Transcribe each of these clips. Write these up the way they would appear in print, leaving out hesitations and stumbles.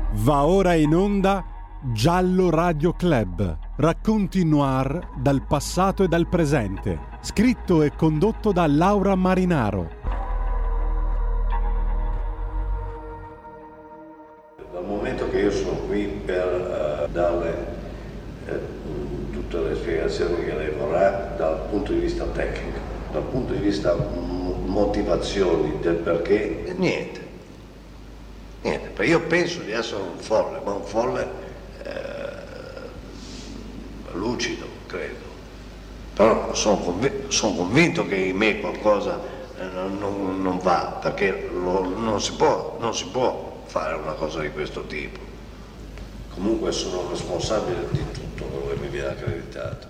Va ora in onda Giallo Radio Club, racconti noir dal passato e dal presente, scritto e condotto da Laura Marinaro. Dal momento che io sono qui per darle tutte le spiegazioni che lei vorrà dal punto di vista tecnico, dal punto di vista motivazioni del perché, niente, perché io penso di essere un folle, ma un folle lucido, credo, però sono convinto che in me qualcosa non va, perché non si può fare una cosa di questo tipo. Comunque sono responsabile di tutto quello che mi viene accreditato.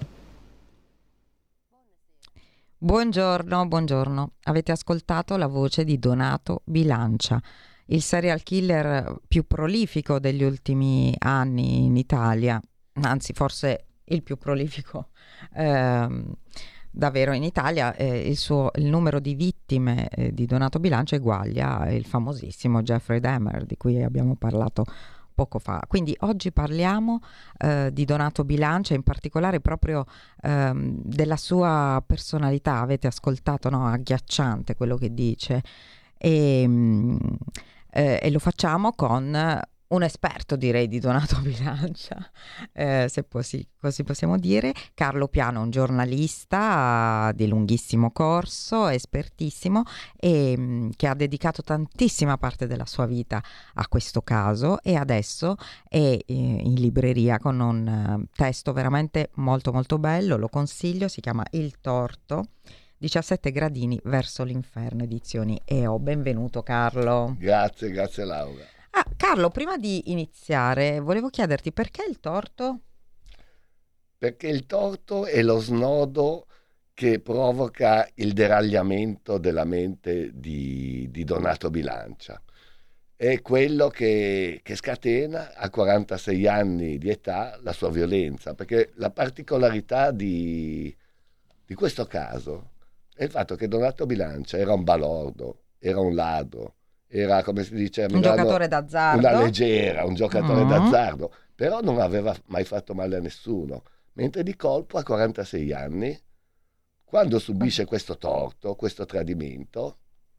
Buongiorno. Avete ascoltato la voce di Donato Bilancia, il serial killer più prolifico degli ultimi anni in Italia, anzi forse il più prolifico davvero in Italia. Il numero di vittime di Donato Bilancia eguaglia il famosissimo Jeffrey Dahmer, di cui abbiamo parlato poco fa. Quindi oggi parliamo di Donato Bilancia, in particolare proprio della sua personalità. Avete ascoltato, no? Agghiacciante quello che dice, e lo facciamo con un esperto, direi, di Donato Bilancia, se così possiamo dire, Carlo Piano, un giornalista di lunghissimo corso, espertissimo, e che ha dedicato tantissima parte della sua vita a questo caso, e adesso è in libreria con un testo veramente molto molto bello, lo consiglio, si chiama Il torto, 17 gradini verso l'inferno, edizioni EO. Benvenuto Carlo. Grazie Laura. Carlo, prima di iniziare volevo chiederti perché il torto? Perché il torto è lo snodo che provoca il deragliamento della mente di Donato Bilancia. È quello che scatena a 46 anni di età la sua violenza, perché la particolarità di questo caso è il fatto che Donato Bilancia era un balordo, era un ladro, era, come si dice a Milano, un giocatore d'azzardo, una leggera, un giocatore d'azzardo, però non aveva mai fatto male a nessuno, mentre di colpo a 46 anni, quando subisce questo torto, questo tradimento,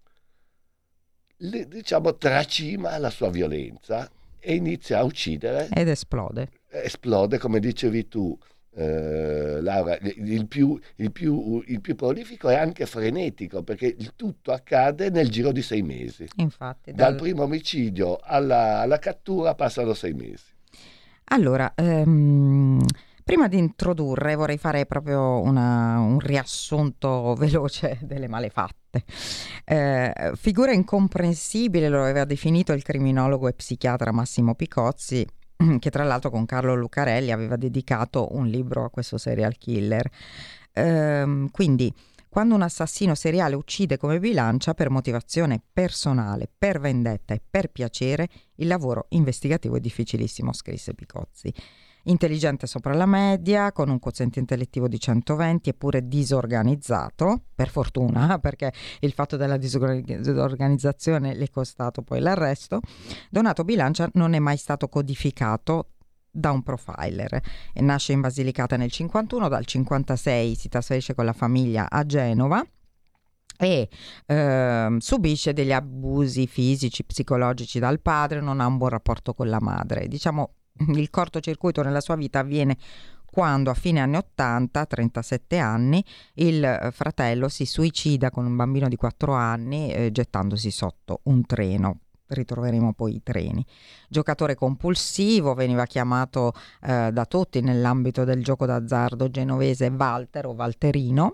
diciamo tracima la sua violenza e inizia a uccidere ed esplode, come dicevi tu, Laura. Il più prolifico è anche frenetico, perché il tutto accade nel giro di 6 mesi. Infatti, dal primo omicidio alla cattura passano 6 mesi. Allora, prima di introdurre vorrei fare proprio un riassunto veloce delle malefatte. Figura incomprensibile, lo aveva definito il criminologo e psichiatra Massimo Picozzi, che tra l'altro con Carlo Lucarelli aveva dedicato un libro a questo serial killer. Quindi, quando un assassino seriale uccide come Bilancia per motivazione personale, per vendetta e per piacere, il lavoro investigativo è difficilissimo, scrisse Picozzi. Intelligente sopra la media, con un quoziente intellettivo di 120, eppure disorganizzato, per fortuna, perché il fatto della disorganizzazione le è costato poi l'arresto, Donato Bilancia non è mai stato codificato da un profiler. E nasce in Basilicata nel 51, dal 56 si trasferisce con la famiglia a Genova e subisce degli abusi fisici, psicologici dal padre, non ha un buon rapporto con la madre. Diciamo, il cortocircuito nella sua vita avviene quando a fine anni 80, 37 anni, il fratello si suicida con un bambino di 4 anni gettandosi sotto un treno. Ritroveremo poi i treni. Giocatore compulsivo, veniva chiamato da tutti nell'ambito del gioco d'azzardo genovese Walter o Walterino.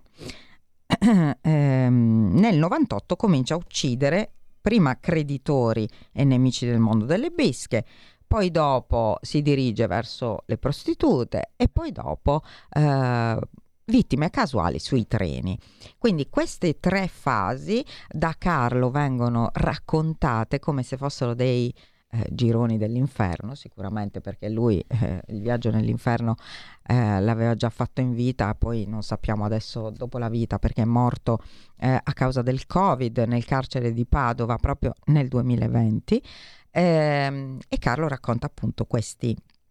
Nel 98 comincia a uccidere prima creditori e nemici del mondo delle bische, poi dopo si dirige verso le prostitute e poi dopo vittime casuali sui treni. Quindi queste 3 fasi da Carlo vengono raccontate come se fossero dei gironi dell'inferno, sicuramente, perché lui il viaggio nell'inferno l'aveva già fatto in vita, poi non sappiamo adesso dopo la vita, perché è morto a causa del Covid nel carcere di Padova proprio nel 2020. E Carlo racconta appunto questi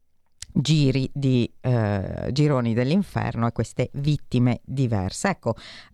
gironi dell'inferno e queste vittime diverse. Ecco,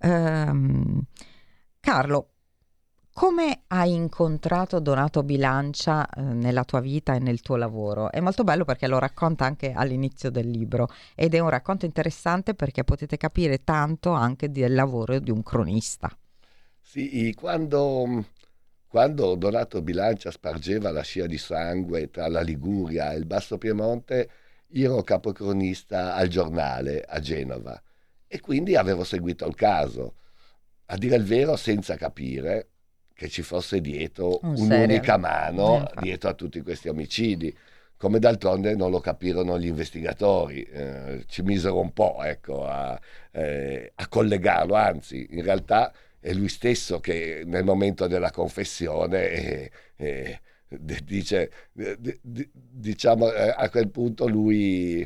Carlo, come hai incontrato Donato Bilancia nella tua vita e nel tuo lavoro? È molto bello perché lo racconta anche all'inizio del libro ed è un racconto interessante perché potete capire tanto anche del lavoro di un cronista. Sì, quando Donato Bilancia spargeva la scia di sangue tra la Liguria e il Basso Piemonte, io ero capocronista al Giornale a Genova e quindi avevo seguito il caso, a dire il vero senza capire che ci fosse dietro un'unica mano dietro a tutti questi omicidi, come d'altronde non lo capirono gli investigatori, ci misero un po', ecco, a collegarlo, anzi in realtà è lui stesso che nel momento della confessione dice, diciamo, a quel punto lui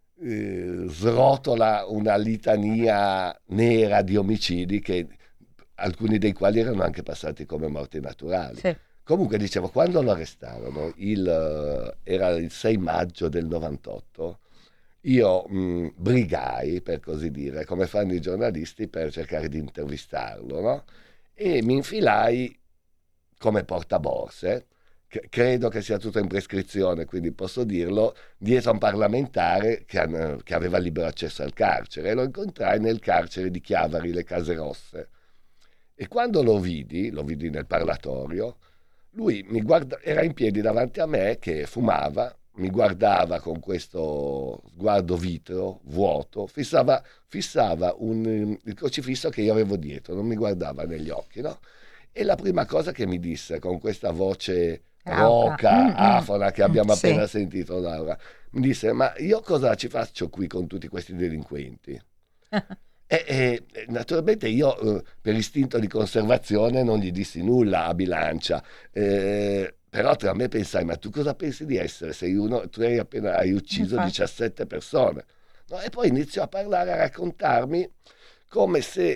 srotola una litania nera di omicidi che alcuni dei quali erano anche passati come morti naturali. Sì. Comunque dicevo, quando lo arrestarono, era il 6 maggio del 98, io brigai, per così dire, come fanno i giornalisti, per cercare di intervistarlo, no? E mi infilai come portaborse, credo che sia tutto in prescrizione, quindi posso dirlo, dietro a un parlamentare che aveva libero accesso al carcere, e lo incontrai nel carcere di Chiavari, le Case Rosse. E quando lo vidi nel parlatorio, lui era in piedi davanti a me che fumava, mi guardava con questo sguardo vitreo, vuoto, fissava il crocifisso che io avevo dietro, non mi guardava negli occhi, no? E la prima cosa che mi disse con questa voce roca, afona che abbiamo appena sentito, Laura, mi disse: ma io cosa ci faccio qui con tutti questi delinquenti? E naturalmente io per istinto di conservazione non gli dissi nulla a Bilancia, però tra me pensai: ma tu cosa pensi di essere? Tu hai ucciso 17 persone, no? E poi iniziò a parlare, a raccontarmi come se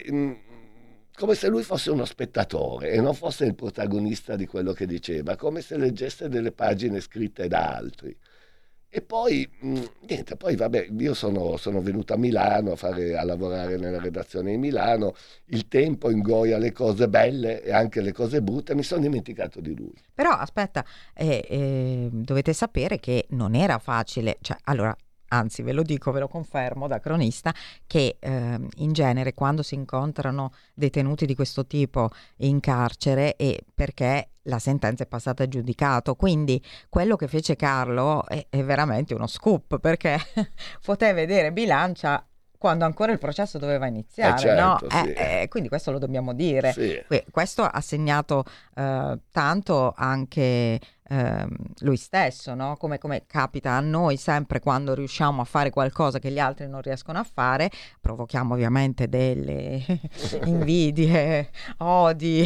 lui fosse uno spettatore e non fosse il protagonista di quello che diceva, come se leggesse delle pagine scritte da altri. E poi niente, poi vabbè, io sono venuto a Milano a lavorare nella redazione di Milano, il tempo ingoia le cose belle e anche le cose brutte, mi sono dimenticato di lui. Però aspetta, dovete sapere che non era facile, cioè allora, anzi ve lo dico, ve lo confermo da cronista, che in genere quando si incontrano detenuti di questo tipo in carcere è perché la sentenza è passata a giudicato, quindi quello che fece Carlo è veramente uno scoop, perché poté vedere Bilancia quando ancora il processo doveva iniziare, certo, no? sì. Quindi questo lo dobbiamo dire. Sì. Questo ha segnato tanto anche lui stesso, no? Come capita a noi sempre quando riusciamo a fare qualcosa che gli altri non riescono a fare, provochiamo ovviamente delle invidie, odi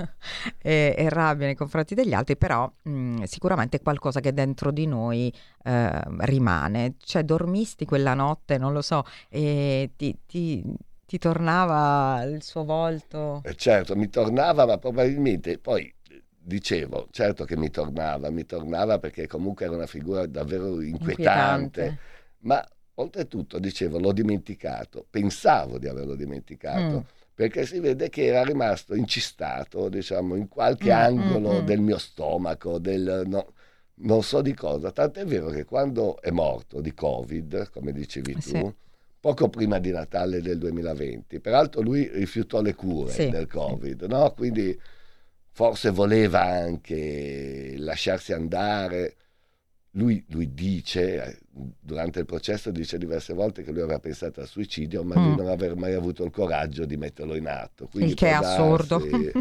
e rabbia nei confronti degli altri, però sicuramente è qualcosa che dentro di noi rimane. Cioè, dormisti quella notte, non lo so, e ti tornava il suo volto? Certo, mi tornava, ma probabilmente poi dicevo, certo che mi tornava perché comunque era una figura davvero inquietante. Ma oltretutto dicevo, l'ho dimenticato, pensavo di averlo dimenticato, perché si vede che era rimasto incistato, diciamo, in qualche angolo del mio stomaco, non so di cosa, tant'è vero che quando è morto di Covid, come dicevi tu, poco prima di Natale del 2020, peraltro lui rifiutò le cure del Covid, no? Quindi forse voleva anche lasciarsi andare. Lui dice, durante il processo dice diverse volte che lui aveva pensato al suicidio, ma di non aver mai avuto il coraggio di metterlo in atto. Quindi il che è assurdo.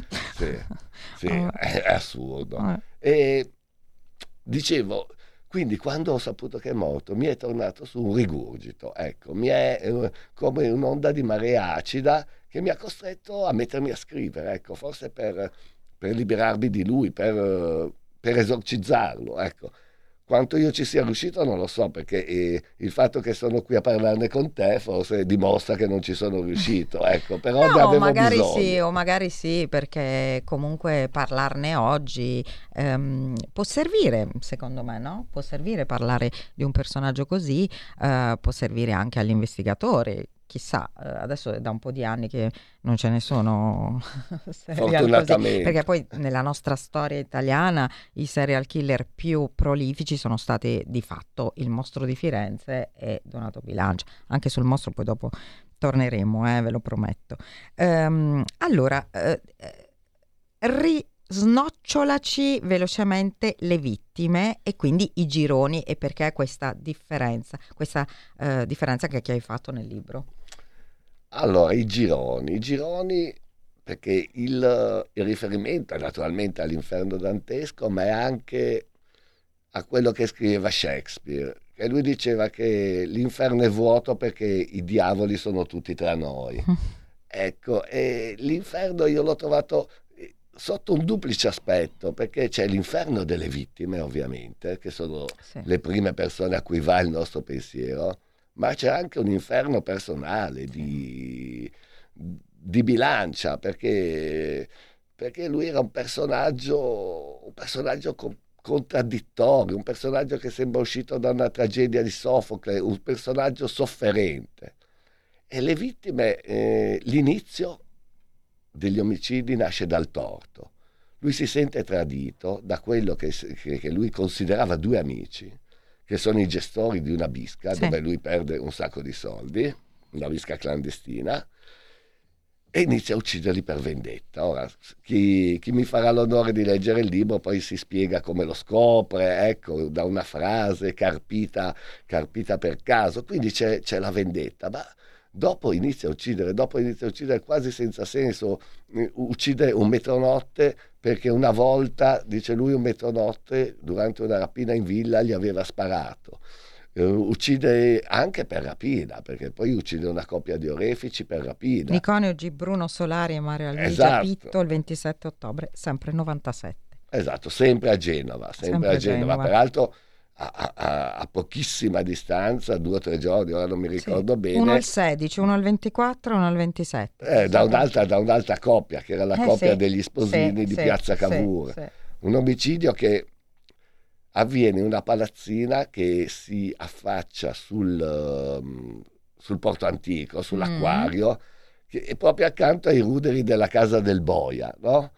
Sì, è assurdo. E dicevo, quindi quando ho saputo che è morto mi è tornato su un rigurgito, ecco, mi è come un'onda di marea acida che mi ha costretto a mettermi a scrivere, ecco, forse per liberarmi di lui, per esorcizzarlo, ecco. Quanto io ci sia riuscito non lo so, perché il fatto che sono qui a parlarne con te forse dimostra che non ci sono riuscito, ecco, però ne No, avevo magari bisogno. sì, o magari sì, perché comunque parlarne oggi può servire, secondo me, no? Può servire parlare di un personaggio così, può servire anche agli investigatori. Chissà, adesso è da un po' di anni che non ce ne sono serial così, Fortunatamente. perché poi nella nostra storia italiana i serial killer più prolifici sono stati di fatto il Mostro di Firenze e Donato Bilancia. Anche sul Mostro poi dopo torneremo, ve lo prometto. Allora, snocciolaci velocemente le vittime e quindi i gironi, e perché questa differenza che hai fatto nel libro. Allora, i gironi, perché il riferimento è naturalmente all'inferno dantesco, ma è anche a quello che scriveva Shakespeare, che lui diceva che l'inferno è vuoto perché i diavoli sono tutti tra noi. Ecco, e l'inferno io l'ho trovato sotto un duplice aspetto, perché c'è l'inferno delle vittime, ovviamente, che sono le prime persone a cui va il nostro pensiero, ma c'è anche un inferno personale di Bilancia, perché lui era un personaggio contraddittorio, un personaggio che sembra uscito da una tragedia di Sofocle, un personaggio sofferente. E le vittime, l'inizio degli omicidi nasce dal torto. Lui si sente tradito da quello che lui considerava due amici, che sono i gestori di una bisca, dove lui perde un sacco di soldi, una bisca clandestina, e inizia a ucciderli per vendetta. Ora, chi mi farà l'onore di leggere il libro poi si spiega come lo scopre, ecco, da una frase carpita per caso, quindi c'è la vendetta, ma dopo inizia a uccidere quasi senza senso. Uccide un metronotte perché una volta, dice lui, un metronotte durante una rapina in villa gli aveva sparato. Uccide anche per rapina, perché poi uccide una coppia di orefici per rapina. Niconio G. Bruno Solari e Maria Luigia Pitto il 27 ottobre, sempre 97. Esatto, sempre a Genova. Peraltro a pochissima distanza, 2 o 3 giorni, ora non mi ricordo bene. Uno il 16, uno il 24, uno il 27. Da un'altra coppia, che era la coppia degli sposini di Piazza Cavour. Un omicidio che avviene in una palazzina che si affaccia sul porto antico, sull'acquario, che è proprio accanto ai ruderi della casa del boia, no?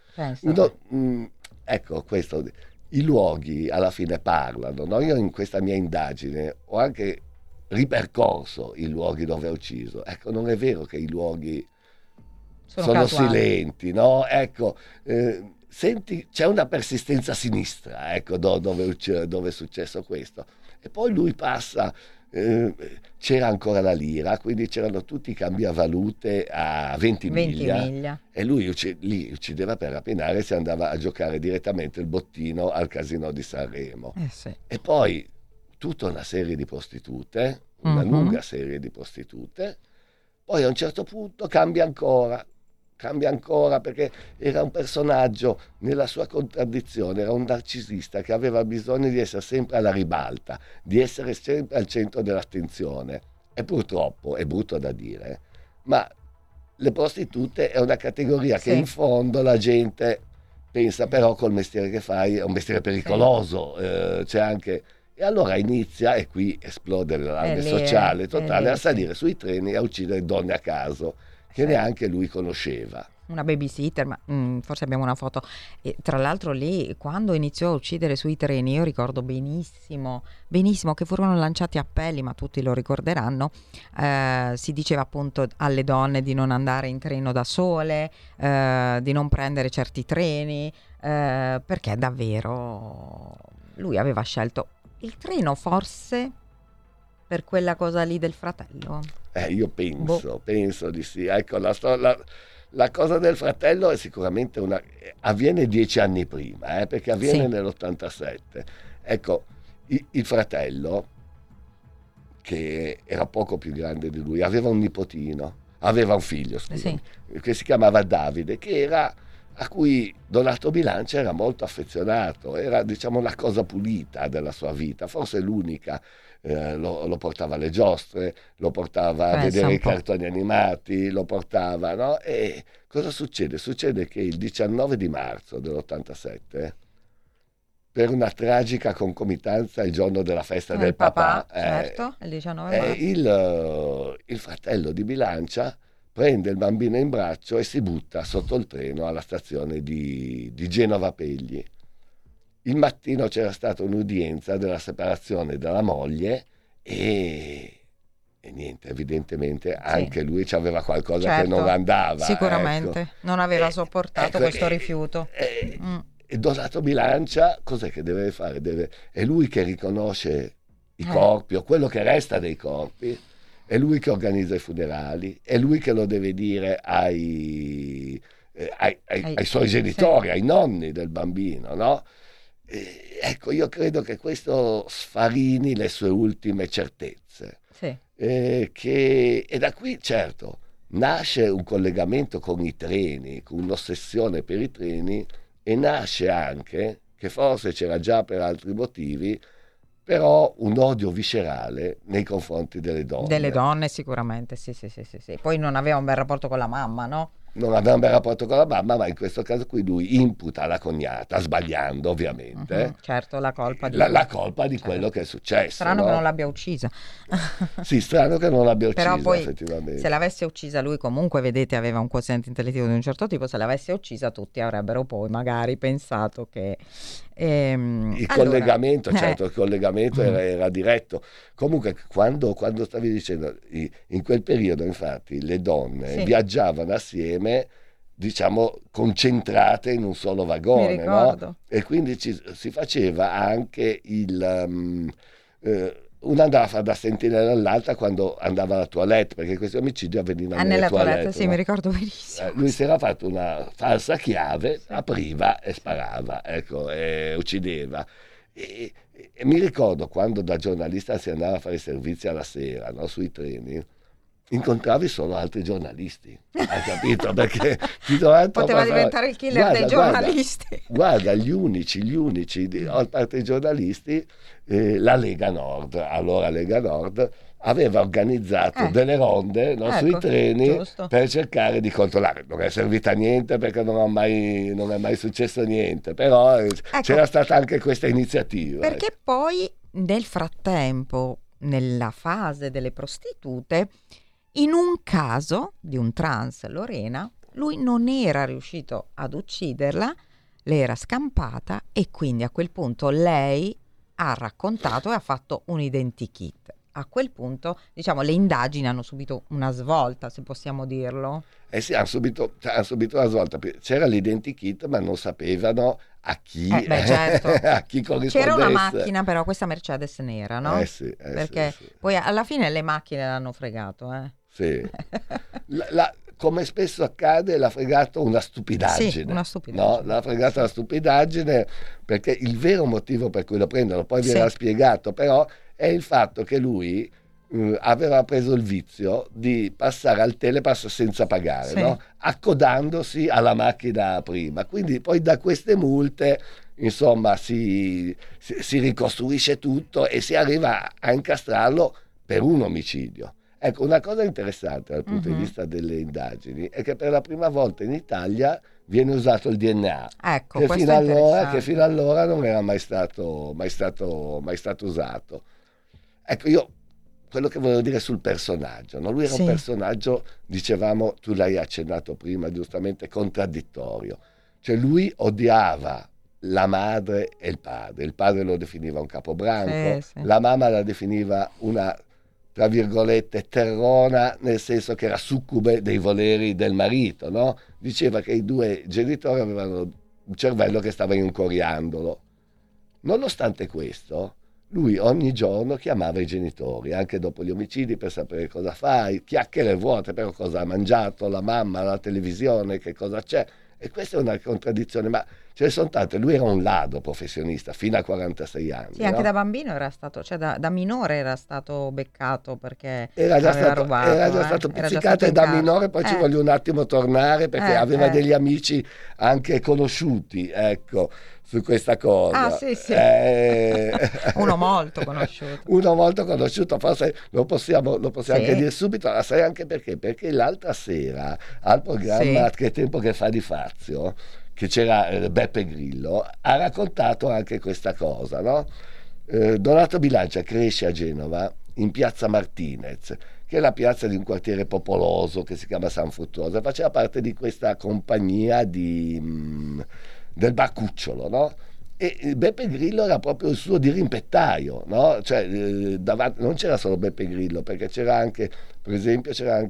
Ecco, questo... I luoghi alla fine parlano, no? Io in questa mia indagine ho anche ripercorso i luoghi dove ha ucciso. Ecco, non è vero che i luoghi sono silenti, no? Ecco, senti, c'è una persistenza sinistra, ecco, dove è successo questo. E poi lui passa, c'era ancora la lira, quindi c'erano tutti i cambiavalute a 20 miglia. E lui lì uccideva per rapinare, si andava a giocare direttamente il bottino al casino di Sanremo. E poi tutta una serie di prostitute, una lunga serie di prostitute. Poi a un certo punto cambia ancora, perché era un personaggio nella sua contraddizione, era un narcisista che aveva bisogno di essere sempre alla ribalta, di essere sempre al centro dell'attenzione. E purtroppo, è brutto da dire, ma le prostitute è una categoria che in fondo la gente pensa, però col mestiere che fai è un mestiere pericoloso, c'è anche... E allora inizia, e qui esplode l'allarme sociale totale, a salire sui treni e a uccidere donne a caso che neanche lui conosceva. Una babysitter, ma forse abbiamo una foto. E tra l'altro lì, quando iniziò a uccidere sui treni, io ricordo benissimo che furono lanciati appelli, ma tutti lo ricorderanno, si diceva appunto alle donne di non andare in treno da sole, di non prendere certi treni, perché davvero lui aveva scelto il treno, forse per quella cosa lì del fratello. Io penso di sì. Ecco, la cosa del fratello è sicuramente avviene 10 anni prima, perché avviene nell'87. Ecco, il fratello, che era poco più grande di lui, aveva un nipotino, aveva un figlio, scusami, che si chiamava Davide, che era a cui Donato Bilancia era molto affezionato, era diciamo la cosa pulita della sua vita, forse l'unica. Lo portava alle giostre, lo portava a vedere i cartoni animati, lo portava, no? E cosa succede? Succede che il 19 di marzo dell'87, per una tragica concomitanza, il giorno della festa del papà, certo, il 19 marzo. Il fratello di Bilancia prende il bambino in braccio e si butta sotto il treno alla stazione di Genova Pegli. Il mattino c'era stata un'udienza della separazione dalla moglie e niente, evidentemente anche lui c'aveva qualcosa che non andava. Sicuramente, ecco. Non aveva sopportato questo rifiuto. E Donato Bilancia cos'è che deve fare? È lui che riconosce i corpi o quello che resta dei corpi, è lui che organizza i funerali, è lui che lo deve dire ai suoi genitori, ai nonni del bambino, no? Ecco, io credo che questo sfarini le sue ultime certezze. Sì. E da qui, certo, nasce un collegamento con i treni, con un'ossessione per i treni, e nasce anche, che forse c'era già per altri motivi, però un odio viscerale nei confronti delle donne. Delle donne sicuramente, sì. Poi non aveva un bel rapporto con la mamma, no? Non aveva un bel rapporto con la mamma, ma in questo caso qui lui imputa alla cognata, sbagliando ovviamente, certo, la colpa di, la colpa di quello che è successo. Strano, no? che non l'abbia uccisa. Sì, strano che non l'abbia uccisa. Però poi, effettivamente, se l'avesse uccisa lui, comunque, vedete, aveva un quoziente intellettivo di un certo tipo. Se l'avesse uccisa, tutti avrebbero poi magari pensato che collegamento, certo, il collegamento era diretto. Comunque, quando stavi dicendo, in quel periodo, infatti, le donne viaggiavano assieme, diciamo, concentrate in un solo vagone, no? E quindi si faceva anche una andava da sentinella all'altra quando andava alla toilette, perché questi omicidi avvenivano nelle toilette. Sì, no? Mi ricordo benissimo. Lui si era fatto una falsa chiave, apriva e sparava, ecco, e uccideva. E mi ricordo quando da giornalista si andava a fare i servizi alla sera, no, sui treni, incontravi solo altri giornalisti, hai capito? Perché poteva diventare il killer dei giornalisti. Guarda, gli unici, a parte i giornalisti, la Lega Nord, allora Lega Nord, aveva organizzato delle ronde, no, sui treni, giusto, per cercare di controllare. Non è servita a niente, perché non è mai successo niente, però c'era stata anche questa iniziativa. Perché poi nel frattempo, nella fase delle prostitute, in un caso di un trans, Lorena, lui non era riuscito ad ucciderla, le era scampata, e quindi a quel punto lei ha raccontato e ha fatto un identikit. A quel punto, diciamo, le indagini hanno subito una svolta, se possiamo dirlo. Sì, hanno subito una svolta. C'era l'identikit, ma non sapevano a chi, certo. a chi corrispondesse. C'era una macchina, però, questa Mercedes nera, no? Perché poi alla fine le macchine l'hanno fregato, Sì. Come spesso accade, l'ha fregato una stupidaggine. Sì, una stupidaggine. No? L'ha fregato una stupidaggine, perché il vero motivo per cui lo prendono, poi verrà spiegato, però è il fatto che lui aveva preso il vizio di passare al telepass senza pagare, no? Accodandosi alla macchina prima. Quindi poi da queste multe, insomma, si ricostruisce tutto e si arriva a incastrarlo per un omicidio. Ecco, una cosa interessante dal punto di vista delle indagini è che per la prima volta in Italia viene usato il DNA, ecco, che fino allora non era mai stato usato. Ecco, io quello che volevo dire sul personaggio, no? Lui era un personaggio, dicevamo, tu l'hai accennato prima giustamente, contraddittorio. Cioè lui odiava la madre e il padre lo definiva un capobranco, la mamma la definiva una, tra virgolette, terrona, nel senso che era succube dei voleri del marito, no? Diceva che i due genitori avevano un cervello che stava in un coriandolo. Nonostante questo, lui ogni giorno chiamava i genitori, anche dopo gli omicidi, per sapere cosa fai, chiacchiere vuote, però cosa ha mangiato la mamma, la televisione, che cosa c'è. E questa è una contraddizione, ma ce ne sono tante. Lui era un ladro professionista fino a 46 anni. Sì, anche da bambino era stato, cioè da minore era stato beccato perché era già aveva stato, rubato. Era già stato pizzicato, e da minore poi ci voglio un attimo tornare, perché aveva degli amici anche conosciuti, ecco, su questa cosa. Sì. Uno molto conosciuto. Uno molto conosciuto, forse lo possiamo anche dire subito, sai anche perché l'altra sera al programma Che tempo che fa di Fazio, che c'era Beppe Grillo, ha raccontato anche questa cosa, no? Donato Bilancia cresce a Genova in piazza Martinez, che è la piazza di un quartiere popoloso che si chiama San Fruttuoso, faceva parte di questa compagnia del Bar Cucciolo, no? E Beppe Grillo era proprio il suo dirimpettaio, no? Cioè, davanti, non c'era solo Beppe Grillo, perché c'era anche, per esempio,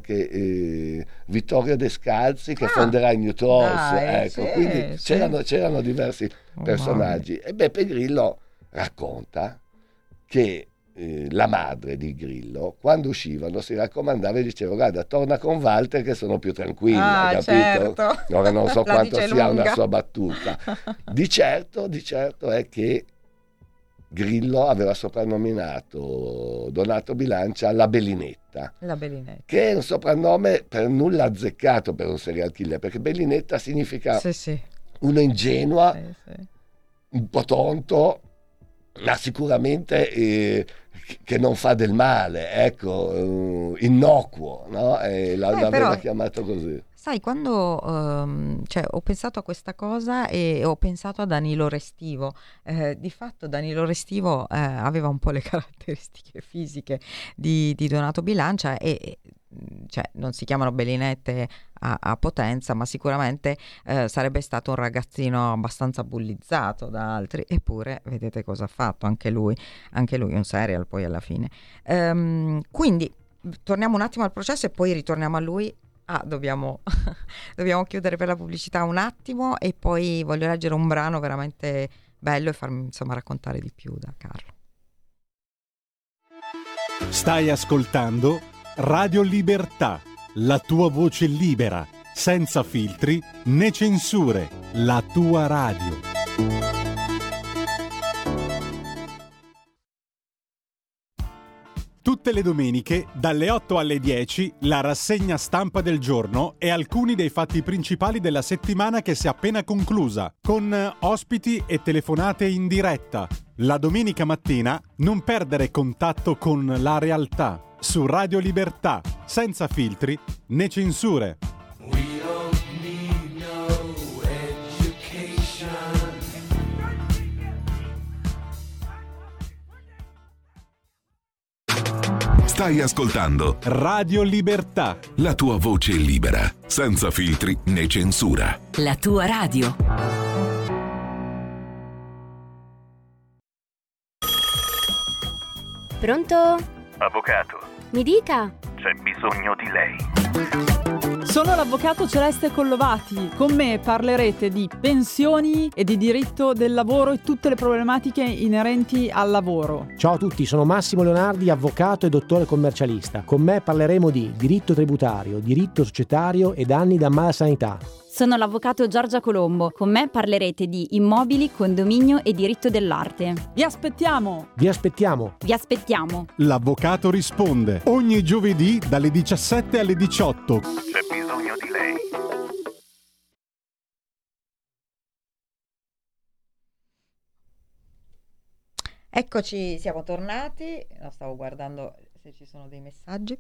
Vittorio Descalzi che fonderà i New Trolls, ecco, quindi c'erano diversi personaggi. E Beppe Grillo racconta che la madre di Grillo, quando uscivano, si raccomandava e diceva: guarda, torna con Walter che sono più tranquilla, capito? Certo. Ora non so quanto sia lunga. una sua battuta. Di certo è che Grillo aveva soprannominato Donato Bilancia la Bellinetta, che è un soprannome per nulla azzeccato per un serial killer, perché Bellinetta significa uno ingenua, un po' tonto, ma sicuramente che non fa del male, ecco, innocuo, no? L'aveva chiamato così. Sai, quando ho pensato a questa cosa e ho pensato a Danilo Restivo, di fatto Danilo Restivo aveva un po' le caratteristiche fisiche di Donato Bilancia e cioè, non si chiamano bellinette a potenza, ma sicuramente sarebbe stato un ragazzino abbastanza bullizzato da altri, eppure vedete cosa ha fatto anche lui un serial poi alla fine. Quindi torniamo un attimo al processo e poi ritorniamo a lui. Dobbiamo chiudere per la pubblicità un attimo e poi voglio leggere un brano veramente bello e farmi raccontare di più da Carlo. Stai ascoltando Radio Libertà, la tua voce libera, senza filtri né censure, la tua radio. Tutte le domeniche, dalle 8 alle 10, la rassegna stampa del giorno e alcuni dei fatti principali della settimana che si è appena conclusa, con ospiti e telefonate in diretta. La domenica mattina non perdere contatto con la realtà, su Radio Libertà, senza filtri né censure. Stai ascoltando Radio Libertà, la tua voce libera, senza filtri né censura. La tua radio. Pronto? Avvocato, Mi dica. c'è bisogno di lei. Sono l'avvocato Celeste Collovati. Con me parlerete di pensioni e di diritto del lavoro e tutte le problematiche inerenti al lavoro. Ciao a tutti, sono Massimo Leonardi, avvocato e dottore commercialista. Con me parleremo di diritto tributario, diritto societario e danni da malasanità. Sono l'avvocato Giorgia Colombo. Con me parlerete di immobili, condominio e diritto dell'arte. Vi aspettiamo! Vi aspettiamo! Vi aspettiamo! L'avvocato risponde ogni giovedì dalle 17 alle 18. C'è bisogno di lei. Eccoci, siamo tornati. Stavo guardando se ci sono dei messaggi.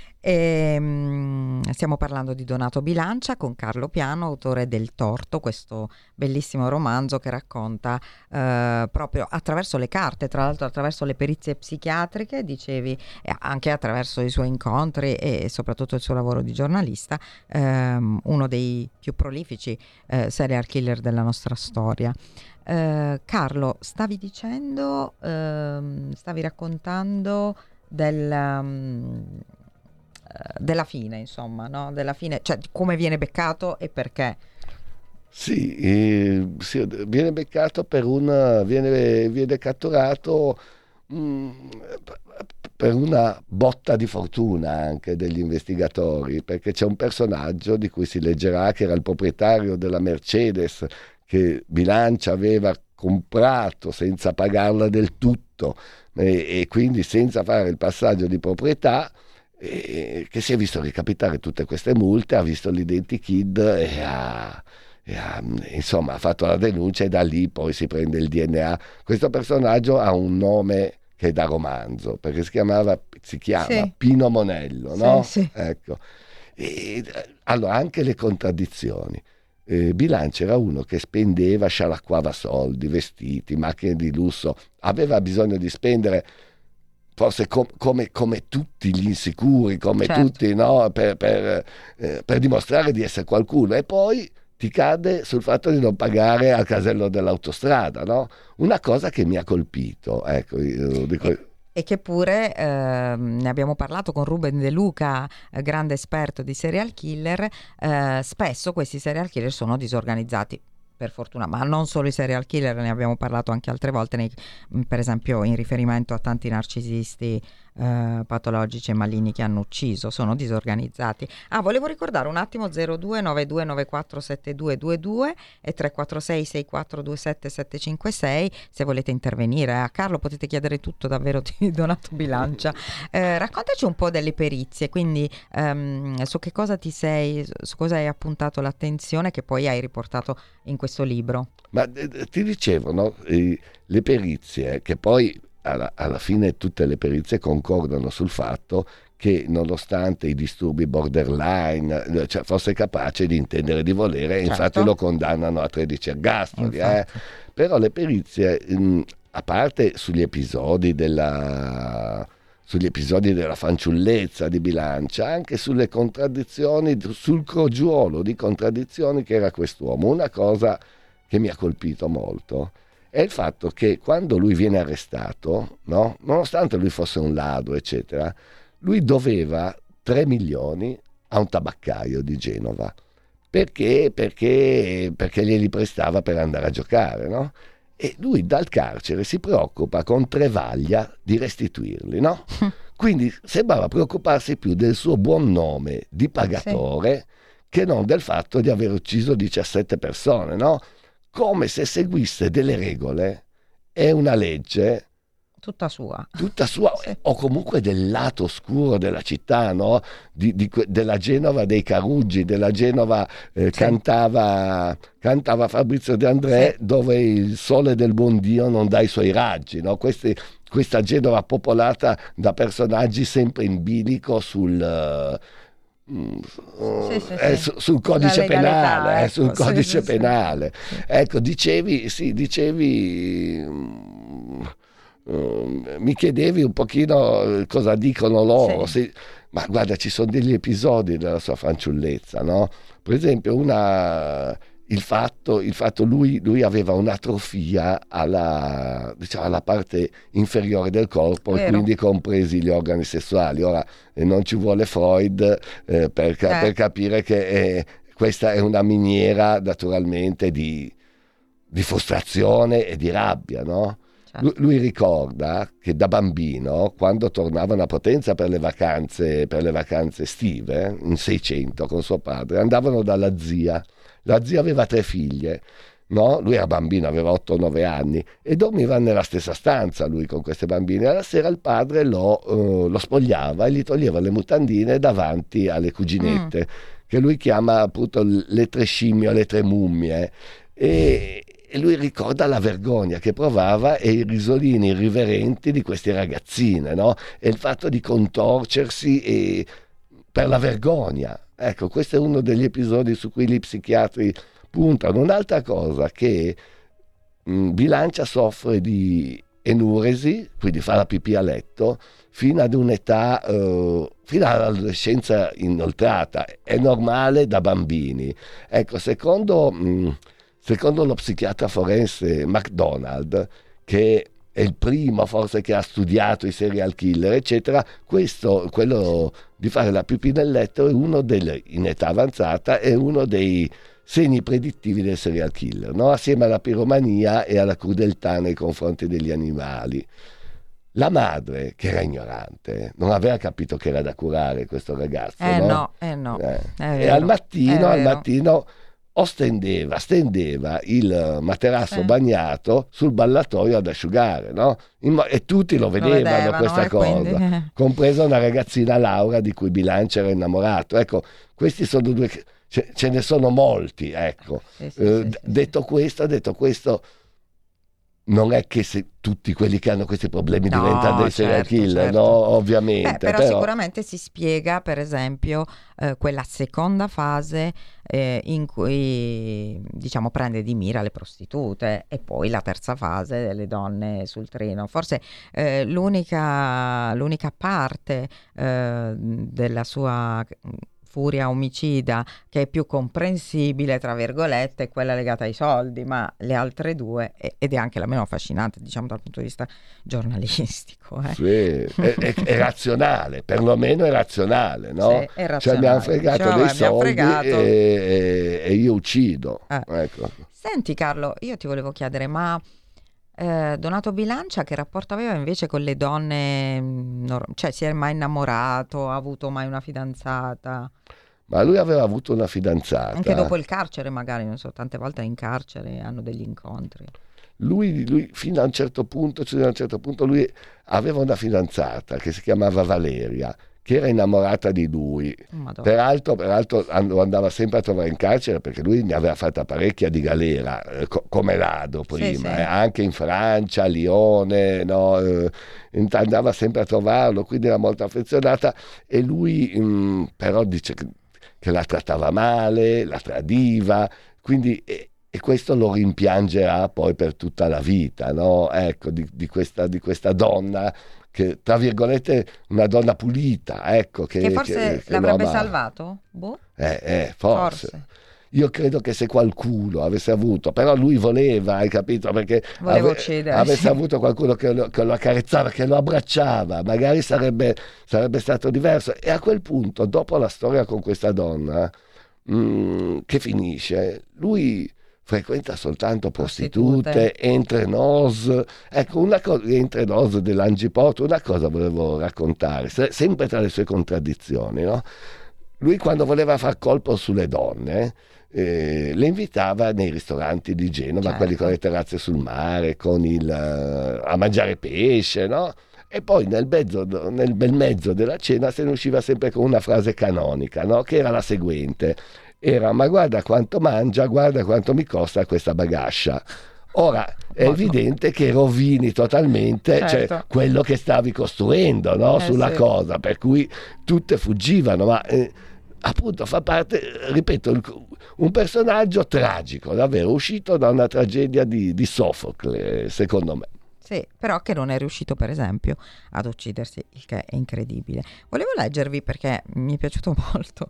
Stiamo parlando di Donato Bilancia con Carlo Piano, autore del Torto, questo bellissimo romanzo che racconta proprio attraverso le carte, tra l'altro attraverso le perizie psichiatriche, dicevi, anche attraverso i suoi incontri e soprattutto il suo lavoro di giornalista, uno dei più prolifici serial killer della nostra storia. Carlo, stavi raccontando della fine, insomma, no? Della fine, cioè come viene beccato e perché. Sì, viene beccato viene catturato per una botta di fortuna anche degli investigatori, perché c'è un personaggio di cui si leggerà che era il proprietario della Mercedes che Bilancia aveva comprato senza pagarla del tutto e quindi senza fare il passaggio di proprietà, che si è visto recapitare tutte queste multe, ha visto l'identikit insomma ha fatto la denuncia, e da lì poi si prende il DNA. Questo personaggio ha un nome che è da romanzo, perché si chiama sì, Pino Monello, no? Sì, sì. Ecco. Allora, anche le contraddizioni. Bilancia era uno che spendeva, scialacquava soldi, vestiti, macchine di lusso, aveva bisogno di spendere forse come tutti gli insicuri, come certo, tutti, no? per dimostrare di essere qualcuno, e poi ti cade sul fatto di non pagare al casello dell'autostrada, no? Una cosa che mi ha colpito, ecco, io dico. E che pure ne abbiamo parlato con Ruben De Luca, grande esperto di serial killer. Spesso questi serial killer sono disorganizzati, per fortuna, ma non solo i serial killer, ne abbiamo parlato anche altre volte, per esempio in riferimento a tanti narcisisti patologici e maligni che hanno ucciso, sono disorganizzati. Volevo ricordare un attimo 0292947222 e 346 6427 756 se volete intervenire. A Carlo potete chiedere tutto davvero di Donato Bilancia. Raccontaci un po' delle perizie, quindi su che cosa su cosa hai appuntato l'attenzione che poi hai riportato in questo libro. Ma ti dicevo, no? Le perizie, che poi alla fine tutte le perizie concordano sul fatto che nonostante i disturbi borderline, cioè, fosse capace di intendere di volere, certo, infatti lo condannano a 13 ergastoli. Però le perizie, a parte sugli episodi della fanciullezza di Bilancia, anche sulle contraddizioni, sul crogiuolo di contraddizioni che era quest'uomo. Una cosa che mi ha colpito molto è il fatto che quando lui viene arrestato, no? Nonostante lui fosse un ladro, eccetera, lui doveva 3 milioni a un tabaccaio di Genova. Perché glieli prestava per andare a giocare, no? E lui dal carcere si preoccupa con Trevaglia di restituirli, no? Quindi sembrava preoccuparsi più del suo buon nome di pagatore, sì, che non del fatto di aver ucciso 17 persone, no? Come se seguisse delle regole e una legge tutta sua, sì, o comunque del lato oscuro della città, no? Della Genova dei Caruggi, della Genova sì, cantava Fabrizio De André, sì, dove il sole del buon Dio non dà i suoi raggi, no? Questa Genova popolata da personaggi sempre in bilico sul codice penale, sul codice penale. Ecco, dicevi mi chiedevi un pochino cosa dicono loro, sì. Ma guarda, ci sono degli episodi della sua fanciullezza, no? Per esempio il fatto lui aveva un'atrofia alla parte inferiore del corpo, e quindi compresi gli organi sessuali. Ora non ci vuole Freud per capire che questa è una miniera naturalmente di frustrazione e di rabbia, no? Lui ricorda che da bambino, quando tornavano a Potenza per le vacanze estive, in 600 con suo padre, andavano dalla zia. La zia aveva 3 figlie, no? Lui era bambino, aveva 8-9 anni, e dormiva nella stessa stanza lui con queste bambine. Alla sera il padre lo spogliava e gli toglieva le mutandine davanti alle cuginette, che lui chiama appunto le 3 scimmie o le 3 mummie. E lui ricorda la vergogna che provava e i risolini irriverenti di queste ragazzine, no? E il fatto di contorcersi per la vergogna. Ecco, questo è uno degli episodi su cui gli psichiatri puntano. Un'altra cosa, che Bilancia soffre di enuresi, quindi fa la pipì a letto, fino ad un'età, fino all'adolescenza inoltrata. È normale da bambini. Ecco, secondo lo psichiatra forense McDonald, che è il primo forse che ha studiato i serial killer, eccetera, quello di fare la pipì nel letto in età avanzata è uno dei segni predittivi del serial killer, no? Assieme alla piromania e alla crudeltà nei confronti degli animali. La madre, che era ignorante, non aveva capito che era da curare questo ragazzo, no? No. E al mattino stendeva il materasso bagnato sul ballatoio ad asciugare, no? E tutti lo vedevano questa cosa, quindi... compresa una ragazzina, Laura, di cui Bilancia era innamorato. Ecco, questi sono due, ce ne sono molti, ecco. Detto questo, non è che se tutti quelli che hanno questi problemi diventano dei serial killer, no, ovviamente. Però sicuramente si spiega, per esempio, quella seconda fase in cui, diciamo, prende di mira le prostitute, e poi la terza fase delle donne sul treno. Forse l'unica parte della sua furia omicida che è più comprensibile, tra virgolette, è quella legata ai soldi, ma le altre due, ed è anche la meno affascinante, diciamo, dal punto di vista giornalistico. Sì, è razionale, perlomeno è razionale, no? Sì, è razionale. Cioè mi hanno fregato dei soldi e io uccido. Ecco. Senti Carlo, io ti volevo chiedere, ma Donato Bilancia che rapporto aveva invece con le donne? Cioè, si è mai innamorato? Ha avuto mai una fidanzata? Ma lui aveva avuto una fidanzata. Anche dopo il carcere, magari, non so, tante volte in carcere hanno degli incontri. Lui fino a un certo punto, lui aveva una fidanzata che si chiamava Valeria, che era innamorata di lui. Peraltro lo andava sempre a trovare in carcere, perché lui ne aveva fatta parecchia di galera, come ladro prima, sì. Anche in Francia, a Lione, no? Andava sempre a trovarlo, quindi era molto affezionata, e lui però dice che la trattava male, la tradiva, quindi... E questo lo rimpiangerà poi per tutta la vita, no? Ecco, di questa donna che, tra virgolette, una donna pulita, ecco, che forse l'avrebbe salvato? Boh. Forse. Io credo che se qualcuno avesse avuto, però lui voleva, hai capito, perché avesse avuto qualcuno che lo accarezzava, che lo abbracciava, magari sarebbe stato diverso. E a quel punto, dopo la storia con questa donna, che finisce, lui frequenta soltanto prostitute, entrenos. Ecco, una cosa, entrenos dell'Angipoto, una cosa volevo raccontare, sempre tra le sue contraddizioni, no? Lui, quando voleva far colpo sulle donne, le invitava nei ristoranti di Genova, quelli con le terrazze sul mare, a mangiare pesce, no? E poi nel bel mezzo della cena se ne usciva sempre con una frase canonica, no? Che era la seguente: ma guarda quanto mangia, guarda quanto mi costa questa bagascia. Ora è evidente che rovini totalmente, cioè, quello che stavi costruendo, no? Sulla cosa, per cui tutte fuggivano, ma appunto fa parte, ripeto, un personaggio tragico, davvero, uscito da una tragedia di Sofocle, secondo me. Sì, però che non è riuscito, per esempio, ad uccidersi, il che è incredibile. Volevo leggervi, perché mi è piaciuto molto,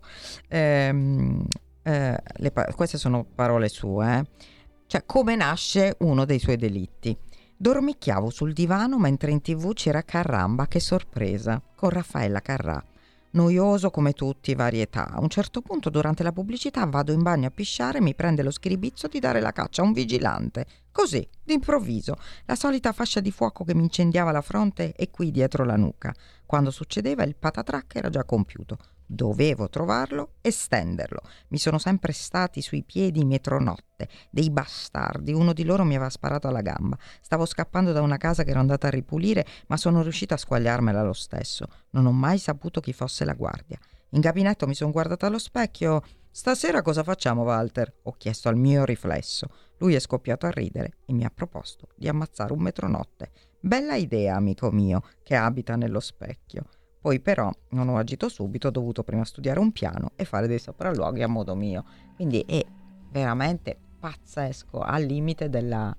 queste sono parole sue, cioè come nasce uno dei suoi delitti. Dormicchiavo sul divano mentre in TV c'era Carramba, che sorpresa, con Raffaella Carrà. Noioso come tutti, varietà. A un certo punto, durante la pubblicità, vado in bagno a pisciare e mi prende lo schiribizzo di dare la caccia a un vigilante. Così, d'improvviso, la solita fascia di fuoco che mi incendiava la fronte e qui dietro la nuca. Quando succedeva, il patatrac era già compiuto. Dovevo trovarlo e stenderlo. Mi sono sempre stati sui piedi metronotte, dei bastardi. Uno di loro mi aveva sparato alla gamba. Stavo scappando da una casa che ero andata a ripulire, ma sono riuscita a squagliarmela lo stesso. Non ho mai saputo chi fosse la guardia. In gabinetto mi sono guardata allo specchio. Stasera cosa facciamo, Walter? Ho chiesto al mio riflesso. Lui è scoppiato a ridere e mi ha proposto di ammazzare un metronotte. Bella idea, amico mio, che abita nello specchio. Poi però non ho agito subito, ho dovuto prima studiare un piano e fare dei sopralluoghi a modo mio. Quindi è veramente pazzesco, al limite della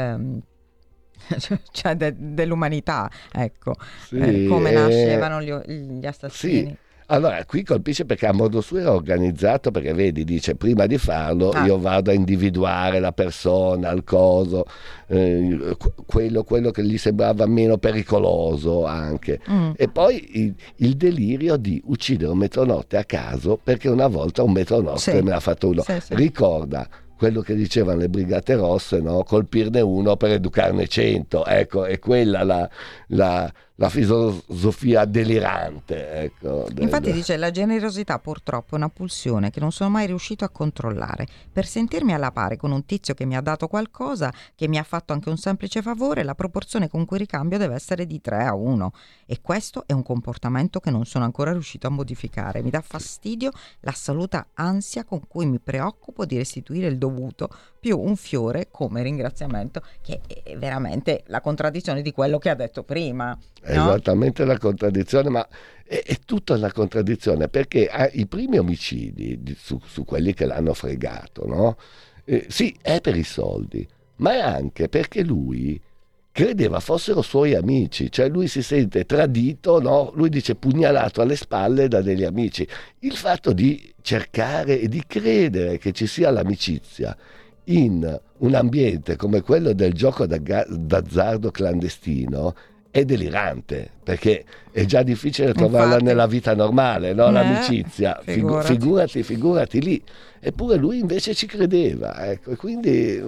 cioè dell'umanità, ecco. Sì, come nascevano gli assassini. Sì. Allora, qui colpisce perché a modo suo era organizzato, perché vedi, dice, prima di farlo io vado a individuare la persona, il coso, quello che gli sembrava meno pericoloso anche. E poi il delirio di uccidere un metronotte a caso, perché una volta un metronotte me l'ha fatto uno. Ricorda, quello che dicevano le Brigate Rosse, no? Colpirne uno per educarne 100, ecco, è quella la filosofia delirante, ecco. Infatti dice: la generosità purtroppo è una pulsione che non sono mai riuscito a controllare. Per sentirmi alla pari con un tizio che mi ha dato qualcosa, che mi ha fatto anche un semplice favore, la proporzione con cui ricambio deve essere di 3-1, e questo è un comportamento che non sono ancora riuscito a modificare. Mi dà fastidio l'assoluta ansia con cui mi preoccupo di restituire il dovuto più un fiore come ringraziamento, che è veramente la contraddizione di quello che ha detto prima, no? Esattamente la contraddizione, ma è tutta una contraddizione, perché i primi omicidi su quelli che l'hanno fregato, no? Sì, è per i soldi, ma è anche perché lui credeva fossero suoi amici, cioè lui si sente tradito, no? Lui dice pugnalato alle spalle da degli amici. Il fatto di cercare e di credere che ci sia l'amicizia in un ambiente come quello del gioco d'azzardo clandestino è delirante, perché è già difficile trovarla nella vita normale, no? L'amicizia, figurati lì. Eppure lui invece ci credeva, ecco, e quindi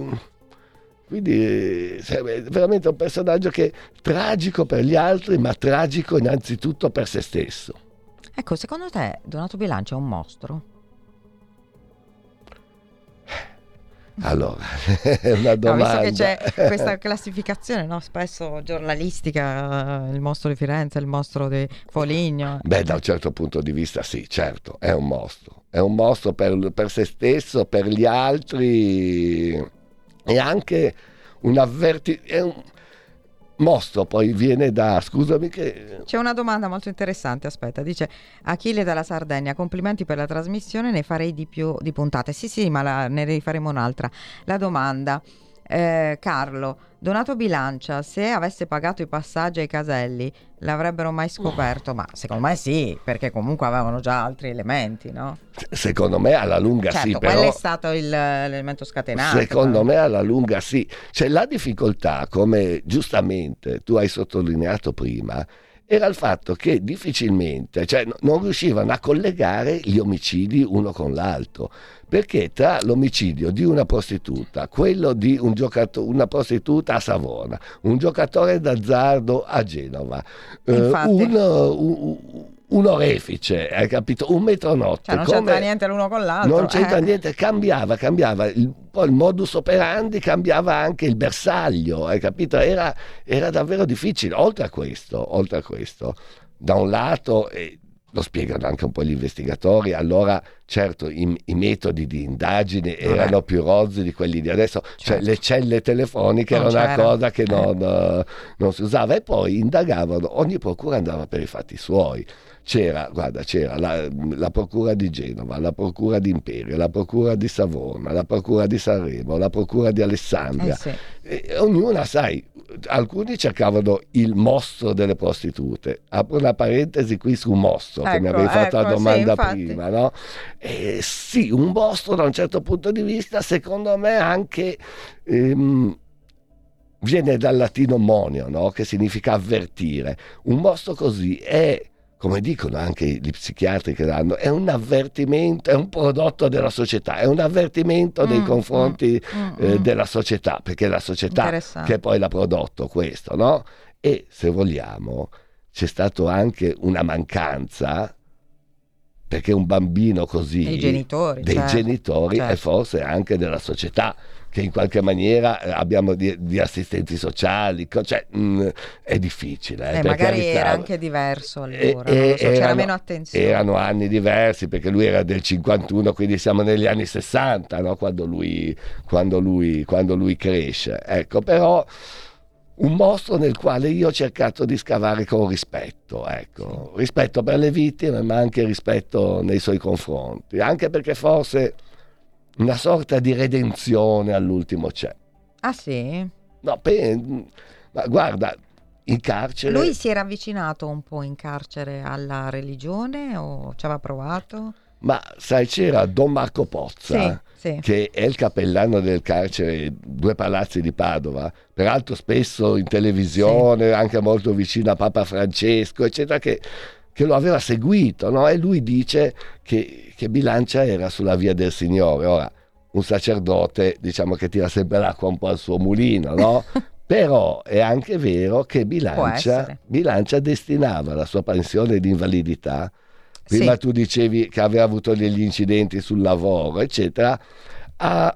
è veramente un personaggio che è tragico per gli altri, ma tragico innanzitutto per se stesso. Ecco, secondo te Donato Bilancia è un mostro? Allora, è una domanda. Visto che c'è questa classificazione, no? Spesso giornalistica, il mostro di Firenze, il mostro di Foligno. Beh, da un certo punto di vista sì, certo, è un mostro. È un mostro per se stesso, per gli altri, e anche è un mostro, poi viene da, scusami che... C'è una domanda molto interessante, aspetta, dice Achille dalla Sardegna: complimenti per la trasmissione, ne farei di più di puntate. Sì, ma ne rifaremo un'altra. La domanda, Carlo: Donato Bilancia, se avesse pagato i passaggi ai caselli, l'avrebbero mai scoperto? Ma secondo me sì, perché comunque avevano già altri elementi, no? Secondo me alla lunga certo, sì, però quello è stato l'elemento scatenato. Secondo me alla lunga sì. Cioè, la difficoltà, come giustamente tu hai sottolineato prima, era il fatto che difficilmente, cioè non riuscivano a collegare gli omicidi uno con l'altro, perché tra l'omicidio di una prostituta, quello di una prostituta a Savona, un giocatore d'azzardo a Genova, un orefice, hai capito? Un metronotte. Cioè non c'entra niente l'uno con l'altro. Non c'entra niente, cambiava. Poi il modus operandi cambiava anche il bersaglio, hai capito? Era davvero difficile. Oltre a questo, da un lato, lo spiegano anche un po' gli investigatori, allora certo i metodi di indagine erano più rozzi di quelli di adesso, cioè le celle telefoniche era una cosa che non si usava, e poi indagavano, ogni procura andava per i fatti suoi. C'era la procura di Genova, la procura di Imperio, la procura di Savona, la procura di Sanremo, la procura di Alessandria, e ognuna, sai, alcuni cercavano il mostro delle prostitute. Apro una parentesi qui su mostro, che mi avevi fatto la domanda prima, no? Sì, un mostro da un certo punto di vista, secondo me anche viene dal latino monio, no? Che significa avvertire. Un mostro così è, come dicono anche gli psichiatri che danno, è un avvertimento, è un prodotto della società, è un avvertimento nei confronti della società, perché è la società che poi l'ha prodotto questo, no? E se vogliamo c'è stato anche una mancanza, perché un bambino così dei genitori e forse anche della società, che in qualche maniera abbiamo di assistenti sociali, cioè è difficile. Magari era anche diverso allora, c'era meno attenzione. Erano anni diversi, perché lui era del 51, quindi siamo negli anni 60, no? quando lui cresce. Ecco, però un mostro nel quale io ho cercato di scavare con rispetto, ecco, rispetto per le vittime, ma anche rispetto nei suoi confronti, anche perché forse una sorta di redenzione all'ultimo c'è. Ah sì? No, ma guarda, in carcere... Lui si era avvicinato un po' in carcere alla religione o ci aveva provato? Ma sai, c'era Don Marco Pozza, che è il cappellano del carcere Due Palazzi di Padova, peraltro spesso in televisione, anche molto vicino a Papa Francesco, eccetera, che lo aveva seguito, no? E lui dice che Bilancia era sulla via del Signore. Ora, un sacerdote, diciamo, che tira sempre l'acqua un po' al suo mulino, no? Però è anche vero che Bilancia destinava la sua pensione di invalidità, prima tu dicevi che aveva avuto degli incidenti sul lavoro, eccetera, a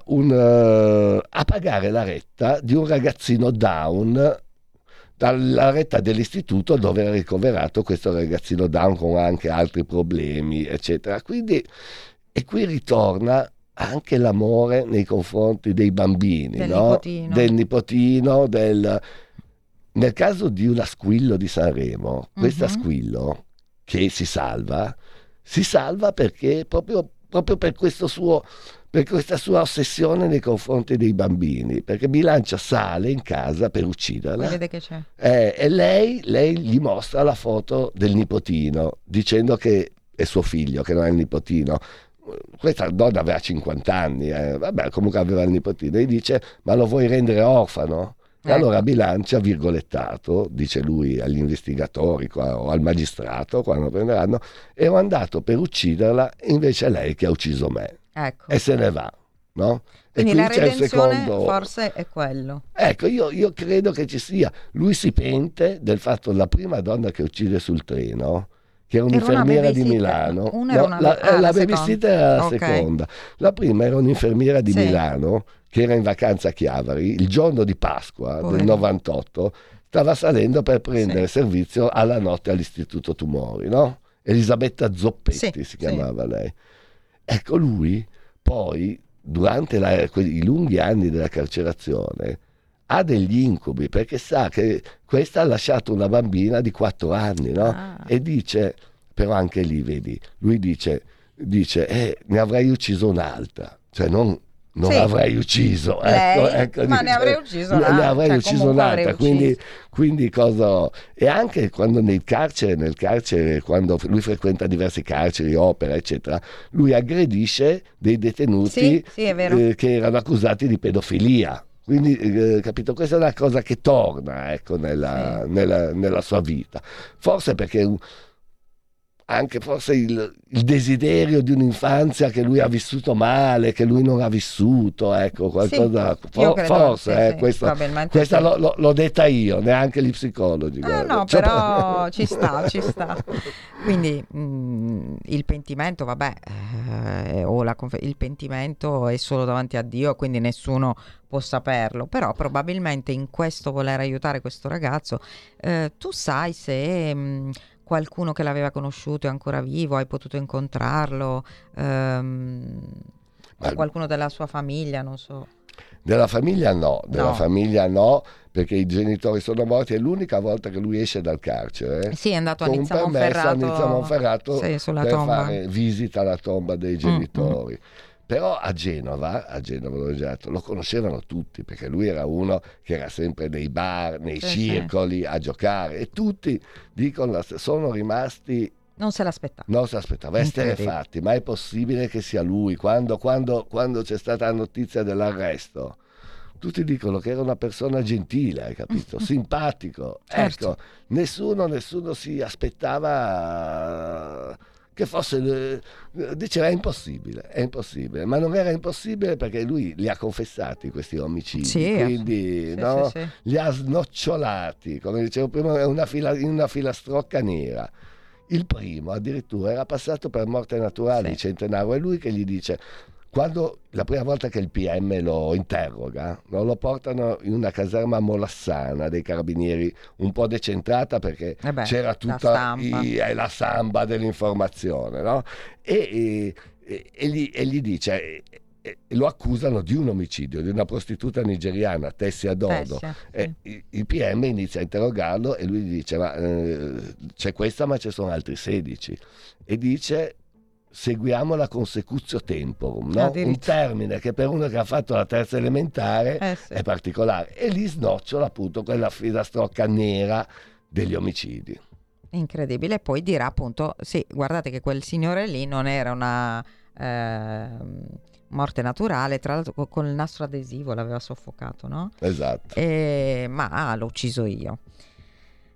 pagare la retta di un ragazzino down, dalla retta dell'istituto dove era ricoverato questo ragazzino down con anche altri problemi, eccetera. Quindi, e qui ritorna anche l'amore nei confronti dei bambini, del nipotino, nel caso di una Squillo di Sanremo, questa Squillo che si salva perché proprio per questo per questa sua ossessione nei confronti dei bambini, perché Bilancia sale in casa per ucciderla. Vede che c'è. E lei gli mostra la foto del nipotino, dicendo che è suo figlio, che non è il nipotino. Questa donna aveva 50 anni, vabbè, comunque aveva il nipotino, e dice: ma lo vuoi rendere orfano? E allora Bilancia, virgolettato, dice lui agli investigatori o al magistrato quando prenderanno: ero andato per ucciderla, invece è lei che ha ucciso me. Ecco. E se ne va, no? Quindi e qui la redenzione forse è quello. Ecco, io credo che ci sia. Lui si pente del fatto, la prima donna che uccide sul treno, che era un'infermiera di Milano, la babysitter era la seconda. La prima era un'infermiera di Milano che era in vacanza a Chiavari il giorno di Pasqua del 98, stava salendo per prendere servizio alla notte all'Istituto Tumori, no? Elisabetta Zoppetti si chiamava lei. Ecco, lui poi durante i lunghi anni della carcerazione ha degli incubi, perché sa che questa ha lasciato una bambina di 4 anni, no? E dice, però anche lì vedi, lui dice ne avrei ucciso un'altra, cioè non l'avrei ucciso, ecco, ma ne avrei ucciso un'altra, ne avrei ucciso un'altra, quindi cosa. E anche quando nel carcere, quando lui frequenta diversi carceri, opera, eccetera, lui aggredisce dei detenuti che erano accusati di pedofilia. Quindi, capito, questa è una cosa che torna, ecco, nella sua vita. Forse perché anche forse il desiderio di un'infanzia che lui ha vissuto male, che lui non ha vissuto, ecco, qualcosa, forse, questa l'ho detta io, neanche gli psicologi. No, però ci sta. Quindi il pentimento, il pentimento è solo davanti a Dio, quindi nessuno può saperlo, però probabilmente in questo voler aiutare questo ragazzo, tu sai se qualcuno che l'aveva conosciuto è ancora vivo, hai potuto incontrarlo, qualcuno della sua famiglia, non so. Della famiglia no, perché i genitori sono morti, è l'unica volta che lui esce dal carcere. Sì, è andato a Nizza Monferrato per fare visita alla tomba dei genitori. Però a Genova lo conoscevano tutti, perché lui era uno che era sempre nei bar, nei circoli a giocare, e tutti dicono sono rimasti. Non se l'aspettava, esterrefatti. Ma è possibile che sia lui? Quando c'è stata la notizia dell'arresto, tutti dicono che era una persona gentile, hai capito? Simpatico. Certo. Ecco, nessuno si aspettava che fosse, diceva è impossibile, ma non era impossibile perché lui li ha confessati questi omicidi, quindi li ha snocciolati, come dicevo prima, in una filastrocca nera. Il primo addirittura era passato per morte naturale, Centenaro, è lui che gli dice, quando la prima volta che il PM lo interroga, lo portano in una caserma molassana dei carabinieri, un po' decentrata perché c'era tutta la samba dell'informazione, no? E gli dice, lo accusano di un omicidio di una prostituta nigeriana, Tessia Dodo. Il PM inizia a interrogarlo e lui gli dice, ma c'è questa, ma ci sono altri 16, e dice: seguiamo la consecutio temporum, no? Un termine che per uno che ha fatto la terza elementare è particolare, e lì snocciola appunto quella filastrocca nera degli omicidi. Incredibile. Poi dirà appunto, guardate che quel signore lì non era una morte naturale, tra l'altro con il nastro adesivo l'aveva soffocato, no? Esatto. Ma l'ho ucciso io.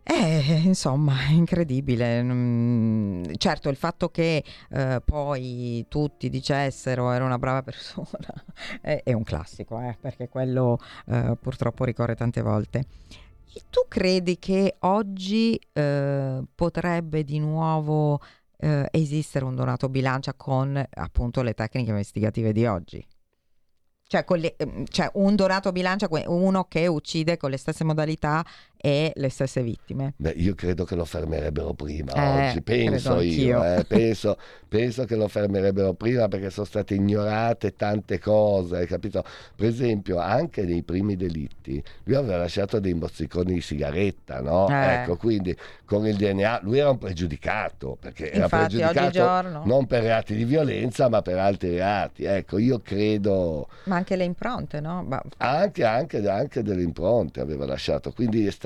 Insomma, è incredibile. Certo, il fatto che poi tutti dicessero era una brava persona è un classico, perché quello purtroppo ricorre tante volte. E tu credi che oggi potrebbe di nuovo esistere un Donato Bilancia con appunto le tecniche investigative di oggi? Cioè, cioè un Donato Bilancia, uno che uccide con le stesse modalità e le stesse vittime. Beh, io credo che lo fermerebbero prima oggi, penso che lo fermerebbero prima, perché sono state ignorate tante cose, hai capito? Per esempio, anche nei primi delitti lui aveva lasciato dei mozziconi di sigaretta, no? Ecco, quindi con il DNA lui era un pregiudicato, perché era pregiudicato non per reati di violenza ma per altri reati. Ecco, io credo... Ma anche le impronte, no? Anche delle impronte aveva lasciato, quindi è stato...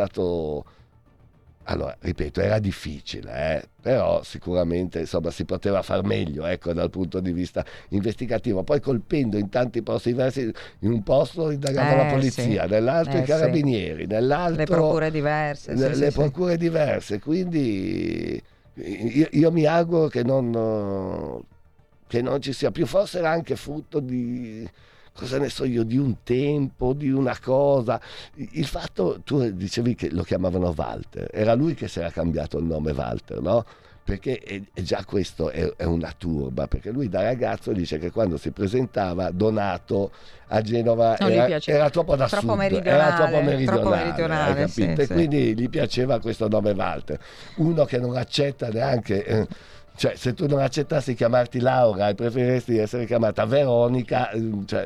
Allora, ripeto, era difficile, però sicuramente insomma si poteva far meglio, ecco, dal punto di vista investigativo. Poi colpendo in tanti posti diversi, in un posto indagava la polizia, nell'altro i carabinieri, nell'altro le procure diverse. Le procure diverse, quindi io mi auguro che non ci sia più. Forse era anche frutto di... cosa ne so io, di un tempo, di una cosa. Il fatto, tu dicevi che lo chiamavano Walter, era lui che si era cambiato il nome Walter, no? Perché è già questo è una turba, perché lui da ragazzo dice che quando si presentava Donato a Genova era troppo da sud, era troppo meridionale, hai capito? E quindi gli piaceva questo nome Walter, uno che non accetta neanche... Cioè, se tu non accettassi chiamarti Laura e preferiresti essere chiamata Veronica, c'è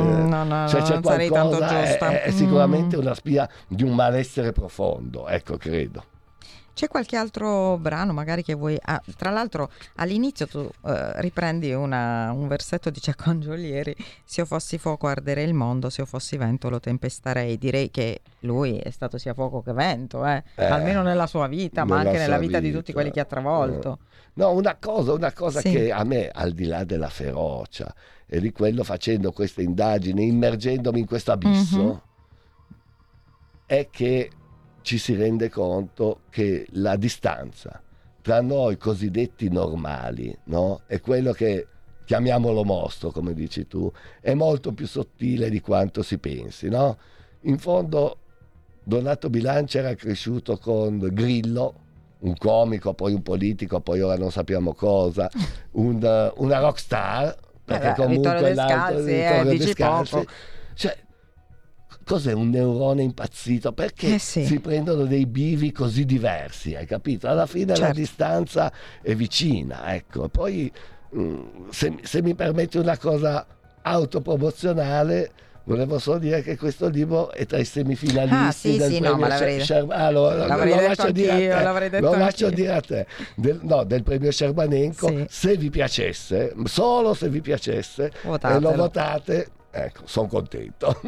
sarei tanto giusta. È sicuramente una spia di un malessere profondo, ecco, credo. C'è qualche altro brano magari che vuoi... tra l'altro all'inizio tu riprendi un versetto di Cecco Angiolieri: se io fossi fuoco arderei il mondo, se io fossi vento lo tempestarei. Direi che lui è stato sia fuoco che vento, almeno nella sua vita, ma anche nella vita di tutti quelli che ha travolto. No, una cosa sì, che a me, al di là della ferocia e di quello, facendo queste indagini, immergendomi in questo abisso, è che ci si rende conto che la distanza tra noi cosiddetti normali, no? E quello che chiamiamolo mostro, come dici tu, è molto più sottile di quanto si pensi, no? In fondo Donato Bilancia era cresciuto con Grillo, un comico, poi un politico, poi ora non sappiamo cosa, una rockstar, perché comunque Vittorio Descalzi, dici poco. Cioè, cos'è un neurone impazzito? Perché si prendono dei bivi così diversi, hai capito? Alla fine la distanza è vicina, ecco. Poi se mi permetti una cosa autopromozionale, volevo solo dire che questo libro è tra i semifinalisti del premio. No, ma l'avrei lascio dire a te del premio Scerbanenko. Se vi piacesse, solo se vi piacesse, e lo votate, ecco, sono contento.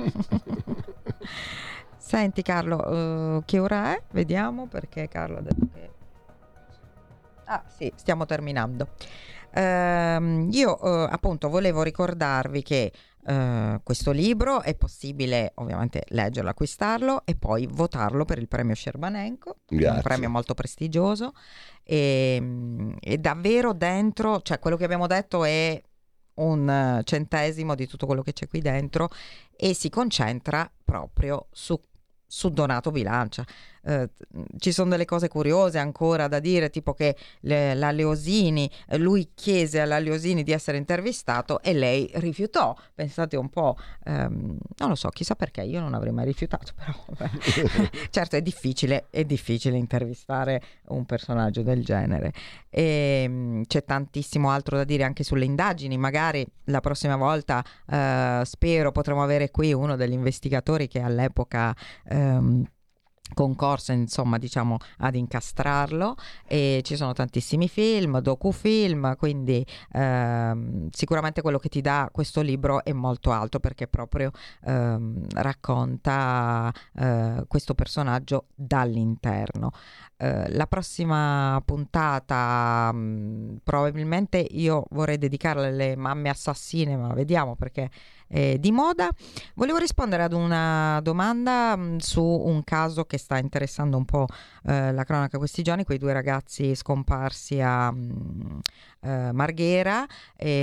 Senti Carlo, che ora è? Vediamo, perché Carlo ha detto che stiamo terminando. Io appunto volevo ricordarvi che questo libro è possibile ovviamente leggerlo, acquistarlo e poi votarlo per il premio Scerbanenko, un premio molto prestigioso, e davvero dentro, cioè quello che abbiamo detto è un centesimo di tutto quello che c'è qui dentro, e si concentra proprio su Donato Bilancia. Ci sono delle cose curiose ancora da dire, tipo che la Leosini, lui chiese alla Leosini di essere intervistato e lei rifiutò. Pensate un po', non lo so, chissà perché, io non avrei mai rifiutato, però certo è difficile intervistare un personaggio del genere, e c'è tantissimo altro da dire anche sulle indagini. Magari la prossima volta spero potremo avere qui uno degli investigatori che all'epoca concorso, insomma, diciamo, ad incastrarlo, e ci sono tantissimi film, docufilm, quindi sicuramente quello che ti dà questo libro è molto alto, perché proprio racconta questo personaggio dall'interno. La prossima puntata probabilmente io vorrei dedicarla alle mamme assassine, ma vediamo, perché di moda. Volevo rispondere ad una domanda su un caso che sta interessando un po' la cronaca questi giorni, quei 2 ragazzi scomparsi a Marghera.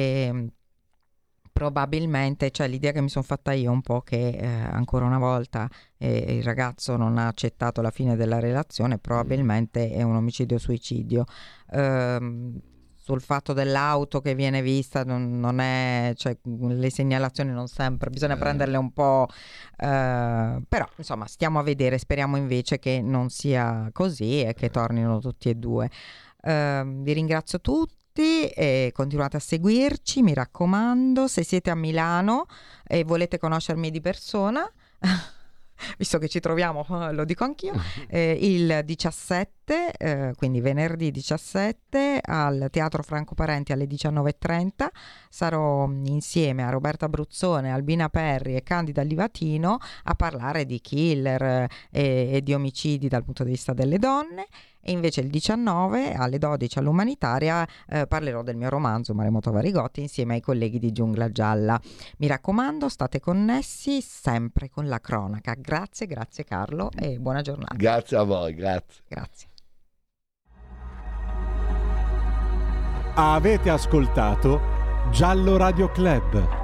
Probabilmente, cioè l'idea che mi sono fatta io un po' che ancora una volta il ragazzo non ha accettato la fine della relazione, probabilmente è un omicidio-suicidio. Sul fatto dell'auto che viene vista non è, cioè le segnalazioni non sempre, bisogna prenderle un po', però insomma stiamo a vedere, speriamo invece che non sia così e che tornino tutti e 2. Vi ringrazio tutti e continuate a seguirci, mi raccomando. Se siete a Milano e volete conoscermi di persona, visto che ci troviamo, lo dico anch'io, il 17, quindi venerdì 17 al Teatro Franco Parenti alle 19:30 sarò insieme a Roberta Bruzzone, Albina Perri e Candida Livatino a parlare di killer e di omicidi dal punto di vista delle donne. E invece il 19 alle 12 all'Umanitaria parlerò del mio romanzo Maremoto Varigotti insieme ai colleghi di Giungla Gialla. Mi raccomando, state connessi sempre con la cronaca. Grazie Carlo e buona giornata. Grazie a voi, grazie. Avete ascoltato Giallo Radio Club.